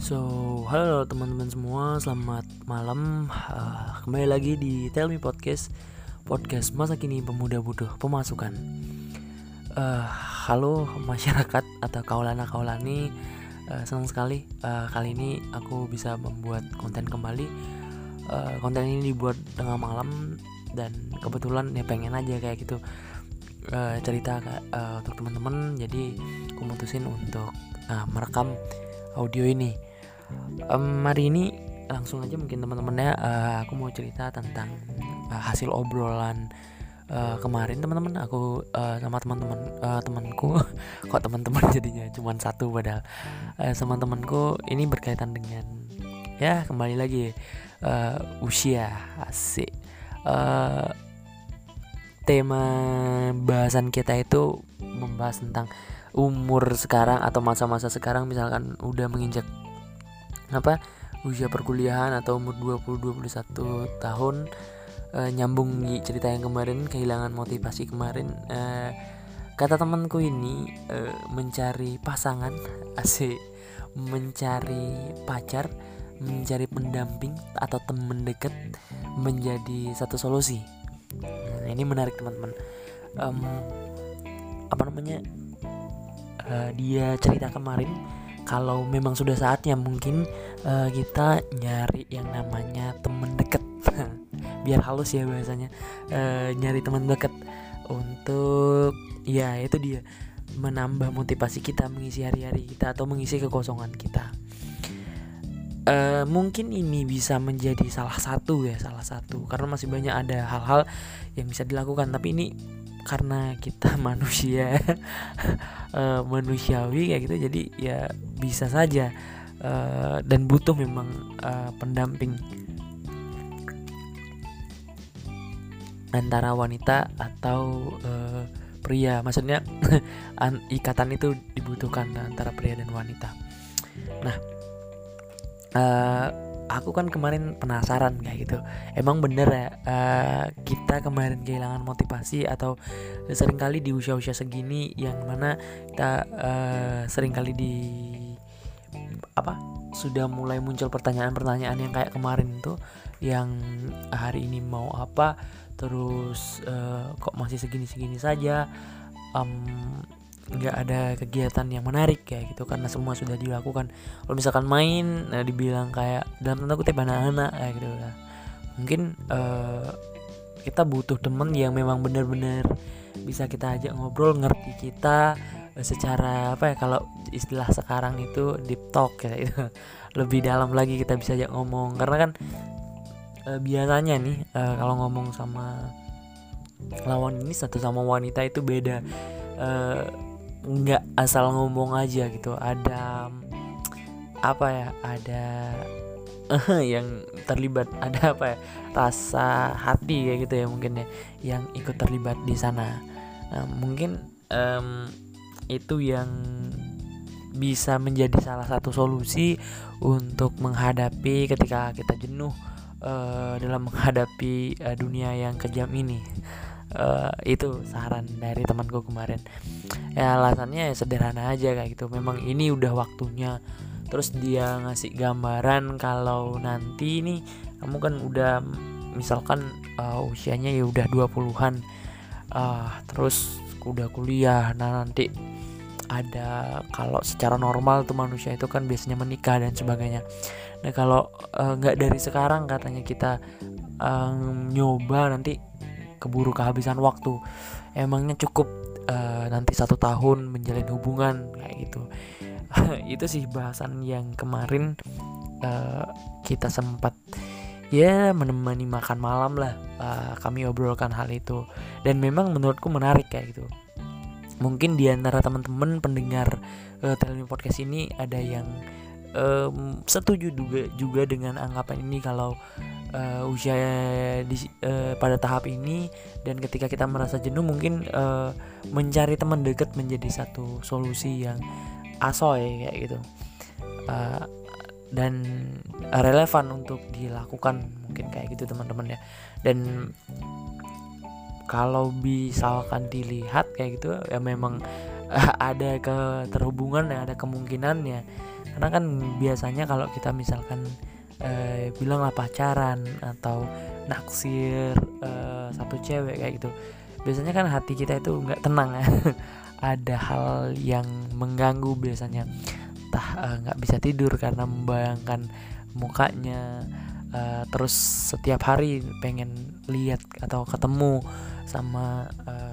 So, halo teman-teman semua, selamat malam. Kembali lagi di Tell Me Podcast masa kini pemuda butuh pemasukan. Halo masyarakat atau kaulana-kaulani, senang sekali kali ini aku bisa membuat konten kembali. Konten ini dibuat tengah malam dan kebetulan ya pengen aja kayak gitu cerita untuk teman-teman. Jadi aku mutusin untuk merekam audio ini. Hari ini langsung aja mungkin teman-temannya aku mau cerita tentang hasil obrolan kemarin teman-teman aku sama temanku kok teman-teman jadinya cuma satu padahal sama temanku. Ini berkaitan dengan ya kembali lagi usia asik. Tema bahasan kita itu membahas tentang umur sekarang atau masa-masa sekarang, misalkan udah menginjak usia perkuliahan atau umur 20-21 tahun. Nyambung cerita yang kemarin, kehilangan motivasi kemarin. Kata temanku ini mencari pasangan, asik, mencari pacar, mencari pendamping atau teman dekat menjadi satu solusi. Nah, ini menarik teman-teman. Dia cerita kemarin kalau memang sudah saatnya mungkin kita nyari yang namanya teman dekat. Biar halus ya bahasanya, nyari teman dekat untuk ya itu dia menambah motivasi kita, mengisi hari-hari kita atau mengisi kekosongan kita. Mungkin ini bisa menjadi salah satu karena masih banyak ada hal-hal yang bisa dilakukan, tapi ini karena kita manusia manusiawi kayak gitu, jadi ya bisa saja dan butuh memang pendamping antara wanita atau pria, maksudnya ikatan itu dibutuhkan antara pria dan wanita. Nah, aku kan kemarin penasaran kayak gitu, emang bener ya kita kemarin kehilangan motivasi atau seringkali di usia-usia segini yang mana kita seringkali sudah mulai muncul pertanyaan-pertanyaan yang kayak kemarin tuh, yang hari ini mau apa, terus kok masih segini-segini saja, nggak ada kegiatan yang menarik kayak gitu karena semua sudah dilakukan. Kalau misalkan main dibilang kayak dalam tanda kutip anak-anak kayak gitu lah. Mungkin kita butuh temen yang memang benar-benar bisa kita ajak ngobrol, ngerti kita secara kalau istilah sekarang itu deep talk kayak gitu. Lebih dalam lagi kita bisa ajak ngomong, karena kan biasanya nih kalau ngomong sama lawan ini satu sama wanita itu beda. Nggak asal ngomong aja gitu, ada ada yang terlibat, ada rasa hati kayak gitu ya mungkin ya yang ikut terlibat di sana. Mungkin itu yang bisa menjadi salah satu solusi untuk menghadapi ketika kita jenuh dalam menghadapi dunia yang kejam ini. Itu saran dari temanku kemarin. Ya alasannya ya sederhana aja kayak gitu, memang ini udah waktunya. Terus dia ngasih gambaran kalau nanti nih kamu kan udah misalkan usianya ya udah 20-an, terus udah kuliah. Nah nanti ada, kalau secara normal tuh manusia itu kan biasanya menikah dan sebagainya. Nah kalau nggak dari sekarang katanya kita nyoba, nanti keburu kehabisan waktu. Emangnya cukup nanti 1 tahun menjalin hubungan kayak gitu. Itu sih bahasan yang kemarin kita sempat ya menemani makan malam lah, kami obrolkan hal itu, dan memang menurutku menarik kayak gitu. Mungkin di antara teman-teman pendengar Tell Me Podcast ini ada yang setuju juga dengan anggapan ini, kalau usia pada tahap ini dan ketika kita merasa jenuh mungkin mencari teman dekat menjadi satu solusi yang asoy kayak gitu, dan relevan untuk dilakukan mungkin kayak gitu teman-teman ya. Dan kalau misalkan dilihat kayak gitu ya memang ada keterhubungan ya, ada kemungkinannya. Karena kan biasanya kalau kita misalkan bilanglah pacaran atau naksir satu cewek kayak gitu, biasanya kan hati kita itu nggak tenang ya. Ada hal yang mengganggu biasanya, entah nggak bisa tidur karena membayangkan mukanya, terus setiap hari pengen lihat atau ketemu sama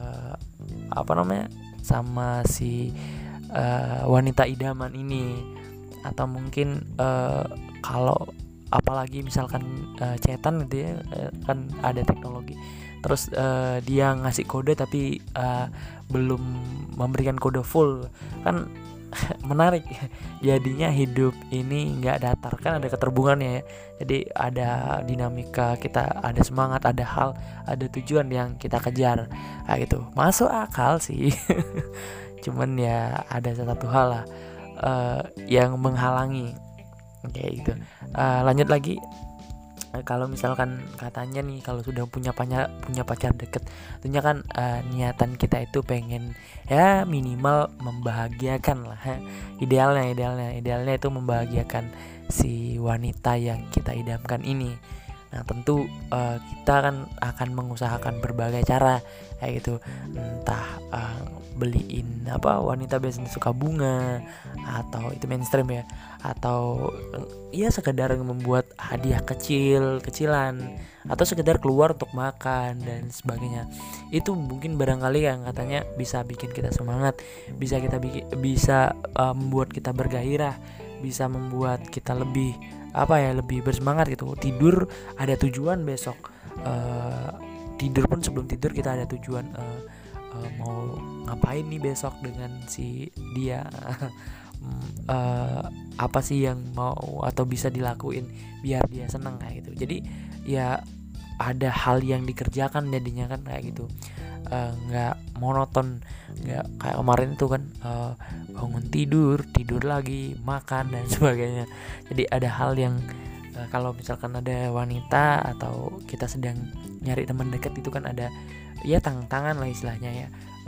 sama si wanita idaman ini. Atau mungkin kalau apalagi misalkan chatan gitu ya, kan ada teknologi, terus dia ngasih kode tapi belum memberikan kode full, kan menarik. Jadinya hidup ini nggak datar, kan ada keterhubungannya ya. Jadi ada dinamika, kita ada semangat, ada hal, ada tujuan yang kita kejar gitu. Masuk akal sih. Cuman ya ada satu hal lah yang menghalangi kayak gitu. Lanjut lagi, kalau misalkan katanya nih, kalau sudah punya pacar deket, tentunya kan niatan kita itu pengen ya minimal membahagiakan lah. Idealnya itu membahagiakan si wanita yang kita idamkan ini. Nah tentu kita kan akan mengusahakan berbagai cara kayak gitu, entah beliin wanita biasanya suka bunga, atau itu mainstream ya, atau ya sekedar membuat hadiah kecilan, atau sekedar keluar untuk makan dan sebagainya. Itu mungkin barangkali yang katanya bisa bikin kita semangat, bisa membuat kita bergairah, bisa membuat kita lebih lebih bersemangat gitu. Tidur ada tujuan besok, tidur pun sebelum tidur kita ada tujuan, mau ngapain nih besok dengan si dia. Apa sih yang mau atau bisa dilakuin biar dia senang kayak gitu. Jadi ya ada hal yang dikerjakan jadinya kan kayak gitu, nggak monoton, nggak kayak kemarin itu kan bangun tidur lagi, makan dan sebagainya. Jadi ada hal yang kalau misalkan ada wanita atau kita sedang nyari teman dekat, itu kan ada ya tantangan lah istilahnya ya,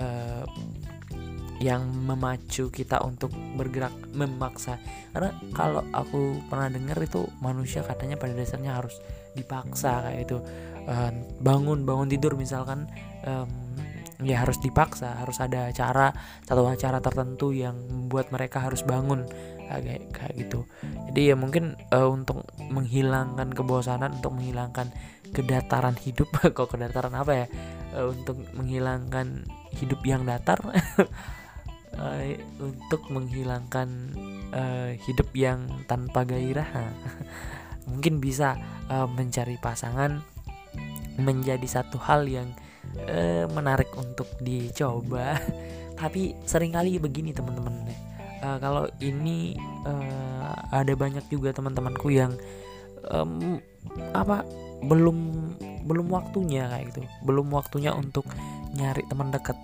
yang memacu kita untuk bergerak, memaksa. Karena kalau aku pernah dengar itu manusia katanya pada dasarnya harus dipaksa kayak itu. Bangun tidur misalkan, ya harus dipaksa, harus ada satu acara tertentu yang membuat mereka harus bangun kayak gitu. Jadi ya mungkin untuk menghilangkan kebosanan, untuk menghilangkan kedataran hidup kok kedataran apa ya, untuk menghilangkan hidup yang datar untuk menghilangkan hidup yang tanpa gairah, mungkin bisa mencari pasangan menjadi satu hal yang menarik untuk dicoba. Tapi seringkali begini teman-teman, kalau ini ada banyak juga teman-temanku yang belum waktunya kayak gitu, belum waktunya untuk nyari teman dekat.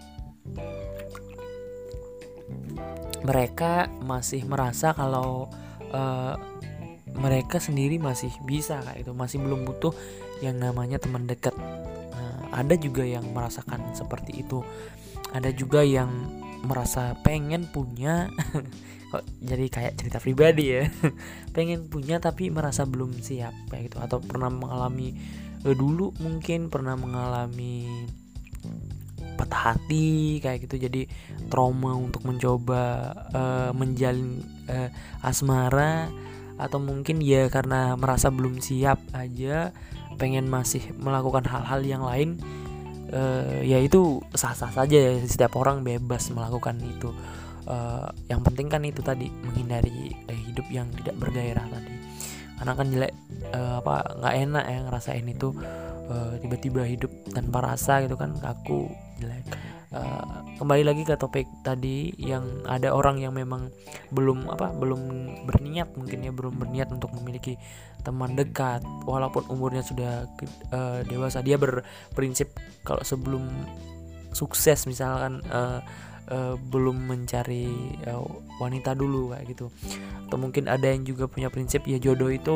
Mereka masih merasa kalau mereka sendiri masih bisa kayak itu, masih belum butuh yang namanya teman dekat. Ada juga yang merasakan seperti itu, ada juga yang merasa pengen punya kok jadi kayak cerita pribadi ya pengen punya tapi merasa belum siap kayak gitu, atau pernah mengalami dulu mungkin pernah mengalami patah hati kayak gitu, jadi trauma untuk mencoba menjalin asmara, atau mungkin ya karena merasa belum siap aja, pengen masih melakukan hal-hal yang lain. Ya itu sah-sah saja ya, setiap orang bebas melakukan itu. Yang penting kan itu tadi, menghindari hidup yang tidak bergairah tadi, karena kan jelek, nggak enak ya ngerasain itu, tiba-tiba hidup tanpa rasa gitu kan, aku jelek. Kembali lagi ke topik tadi, yang ada orang yang memang belum berniat, mungkin ya belum berniat untuk memiliki teman dekat walaupun umurnya sudah dewasa. Dia berprinsip kalau sebelum sukses misalkan belum mencari wanita dulu kayak gitu. Atau mungkin ada yang juga punya prinsip ya jodoh itu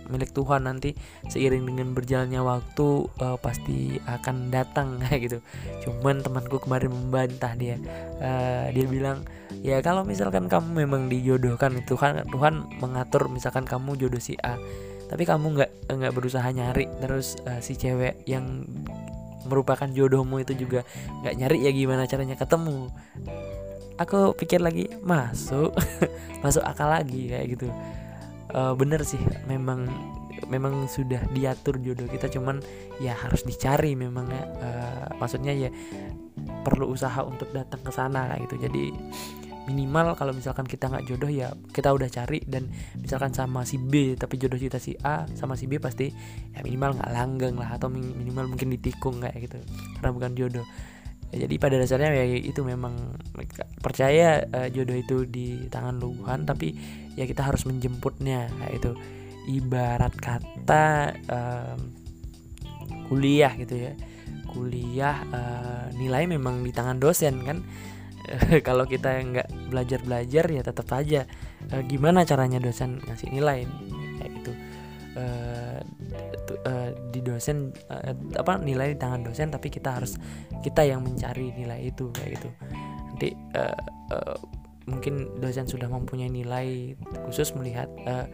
milik Tuhan, nanti seiring dengan berjalannya waktu pasti akan datang kayak gitu. Cuman temanku kemarin membantah dia. Dia bilang, ya kalau misalkan kamu memang dijodohkan, Tuhan mengatur misalkan kamu jodoh si A, tapi kamu nggak berusaha nyari, terus si cewek yang merupakan jodohmu itu juga nggak nyari, ya gimana caranya ketemu? Aku pikir lagi, masuk akal lagi kayak gitu. Bener sih, memang sudah diatur jodoh kita, cuman ya harus dicari memang ya. Maksudnya ya perlu usaha untuk datang ke sana kayak gitu. Jadi minimal kalau misalkan kita nggak jodoh, ya kita udah cari, dan misalkan sama si B tapi jodoh kita si A, sama si B pasti ya minimal nggak langgeng lah, atau minimal mungkin ditikung kayak gitu, karena bukan jodoh. Ya, jadi pada dasarnya ya itu memang percaya jodoh itu di tangan Tuhan, tapi ya kita harus menjemputnya kayak itu. Ibarat kata kuliah gitu ya, nilai memang di tangan dosen kan. Kalau kita nggak belajar ya tetap aja gimana caranya dosen ngasih nilai kayak gitu. Di dosen nilai di tangan dosen, tapi kita yang mencari nilai itu kayak gitu. Nanti mungkin dosen sudah mempunyai nilai khusus melihat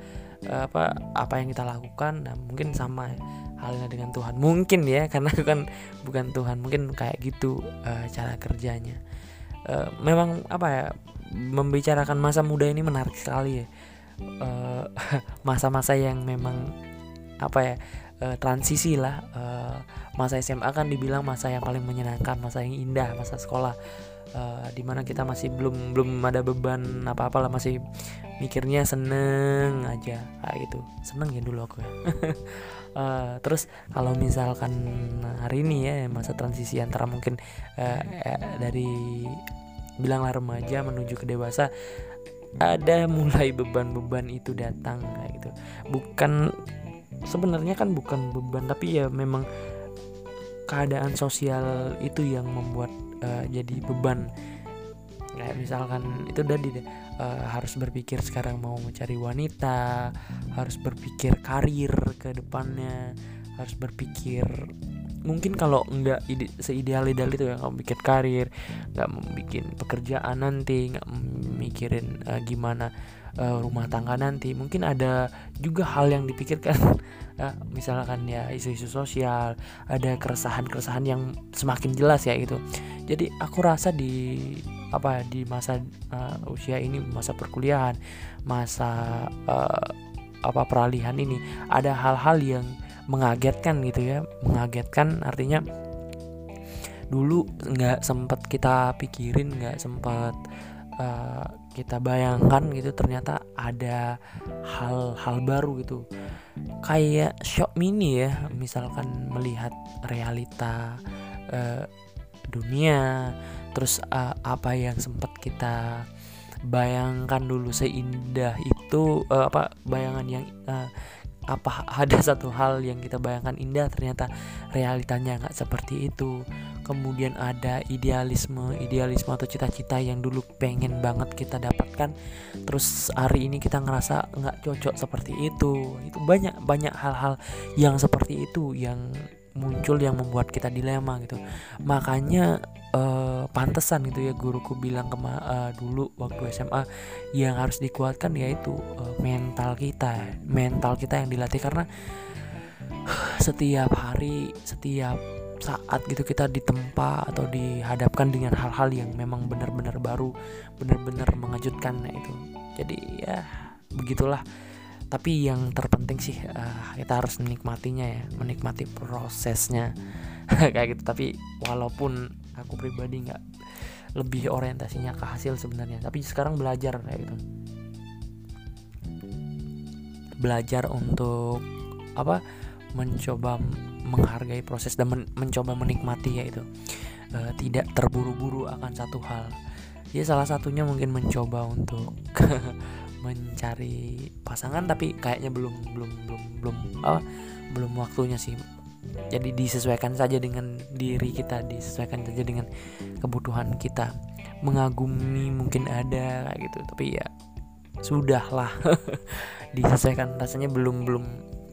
apa yang kita lakukan. Nah, mungkin sama halnya dengan Tuhan mungkin ya, karena kan bukan Tuhan, mungkin kayak gitu cara kerjanya. Memang membicarakan masa muda ini menarik sekali ya. Masa-masa yang memang transisi lah. Masa SMA kan dibilang masa yang paling menyenangkan, masa yang indah, masa sekolah, dimana kita masih belum ada beban apa-apa lah, masih mikirnya seneng aja kayak gitu. Seneng ya dulu aku ya. Terus kalau misalkan hari ini ya, masa transisi antara mungkin dari bilanglah remaja menuju ke dewasa, ada mulai beban-beban itu datang kayak gitu. Sebenarnya kan bukan beban, tapi ya memang keadaan sosial itu yang membuat jadi beban. Kayak misalkan itu tadi harus berpikir sekarang mau mencari wanita, harus berpikir karir ke depannya, harus berpikir mungkin kalau nggak seideal-ideal itu ya, nggak bikin karir, nggak bikin pekerjaan nanti, nggak mikirin gimana rumah tangga nanti, mungkin ada juga hal yang dipikirkan. Misalkan ya isu-isu sosial, ada keresahan yang semakin jelas ya itu. Jadi aku rasa di masa usia ini, masa perkuliahan, masa peralihan ini, ada hal-hal yang mengagetkan gitu ya. Mengagetkan artinya dulu nggak sempat kita pikirin, nggak sempat kita bayangkan gitu, ternyata ada hal-hal baru gitu. Kayak shock mini ya, misalkan melihat realita dunia, terus apa yang sempat kita bayangkan dulu seindah itu, bayangan yang ada satu hal yang kita bayangkan indah, ternyata realitanya nggak seperti itu. Kemudian ada idealisme atau cita-cita yang dulu pengen banget kita dapatkan, terus hari ini kita ngerasa nggak cocok seperti itu. Itu banyak hal-hal yang seperti itu yang muncul, yang membuat kita dilema gitu. Makanya pantesan gitu ya, guruku bilang dulu waktu SMA, yang harus dikuatkan yaitu mental kita yang dilatih. Karena setiap hari, setiap saat gitu kita ditempa atau dihadapkan dengan hal-hal yang memang benar-benar baru, benar-benar mengejutkan itu. Jadi ya begitulah. Tapi yang terpenting sih kita harus menikmatinya ya, menikmati prosesnya kayak gitu. Tapi walaupun aku pribadi nggak lebih orientasinya ke hasil sebenarnya, tapi sekarang belajar kayak gitu, belajar untuk mencoba menghargai proses dan mencoba menikmati, yaitu tidak terburu-buru akan satu hal. Ya salah satunya mungkin mencoba untuk mencari pasangan, tapi kayaknya belum waktunya sih. Jadi disesuaikan saja dengan diri kita, disesuaikan saja dengan kebutuhan kita. Mengagumi mungkin ada kayak gitu, tapi ya sudahlah. Disesuaikan, rasanya belum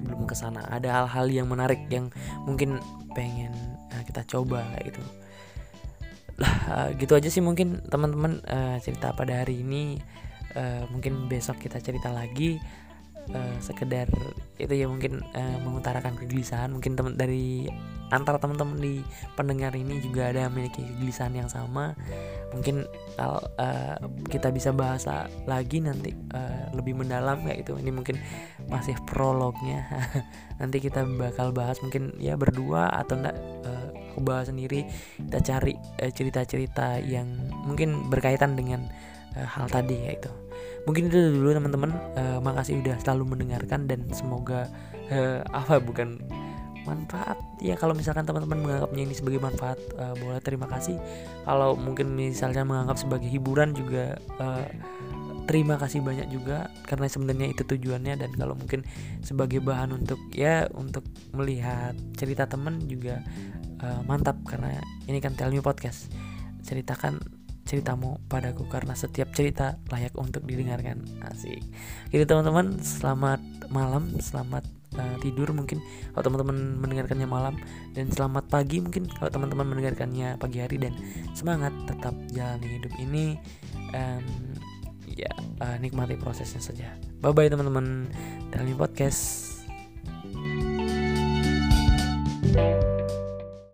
belum kesana, ada hal-hal yang menarik yang mungkin pengen kita coba kayak gitu lah. Gitu aja sih mungkin teman-teman cerita pada hari ini. Mungkin besok kita cerita lagi. Sekedar itu ya, mungkin mengutarakan kegelisahan. Mungkin teman dari antara teman-teman di pendengar ini juga ada yang memiliki kegelisahan yang sama. Mungkin kita bisa bahas lagi nanti lebih mendalam kayak gitu. Ini mungkin masih prolognya. Nanti kita bakal bahas mungkin ya berdua atau enggak aku bahas sendiri. Kita cari cerita-cerita yang mungkin berkaitan dengan hal tadi kayak gitu. Mungkin itu dulu teman-teman. Makasih udah selalu mendengarkan dan semoga bukan manfaat ya. Kalau misalkan teman-teman menganggapnya ini sebagai manfaat, boleh terima kasih. Kalau mungkin misalnya menganggap sebagai hiburan juga, terima kasih banyak juga, karena sebenarnya itu tujuannya. Dan kalau mungkin sebagai bahan untuk melihat cerita teman juga, mantap, karena ini kan Tell Me Podcast. Ceritakan ceritamu padaku, karena setiap cerita layak untuk didengarkan. Asik. Jadi teman-teman, selamat malam, selamat tidur mungkin kalau teman-teman mendengarkannya malam, dan selamat pagi mungkin kalau teman-teman mendengarkannya pagi hari. Dan semangat tetap jalani hidup ini, nikmati prosesnya saja. Bye bye teman-teman, Tell Me Podcast.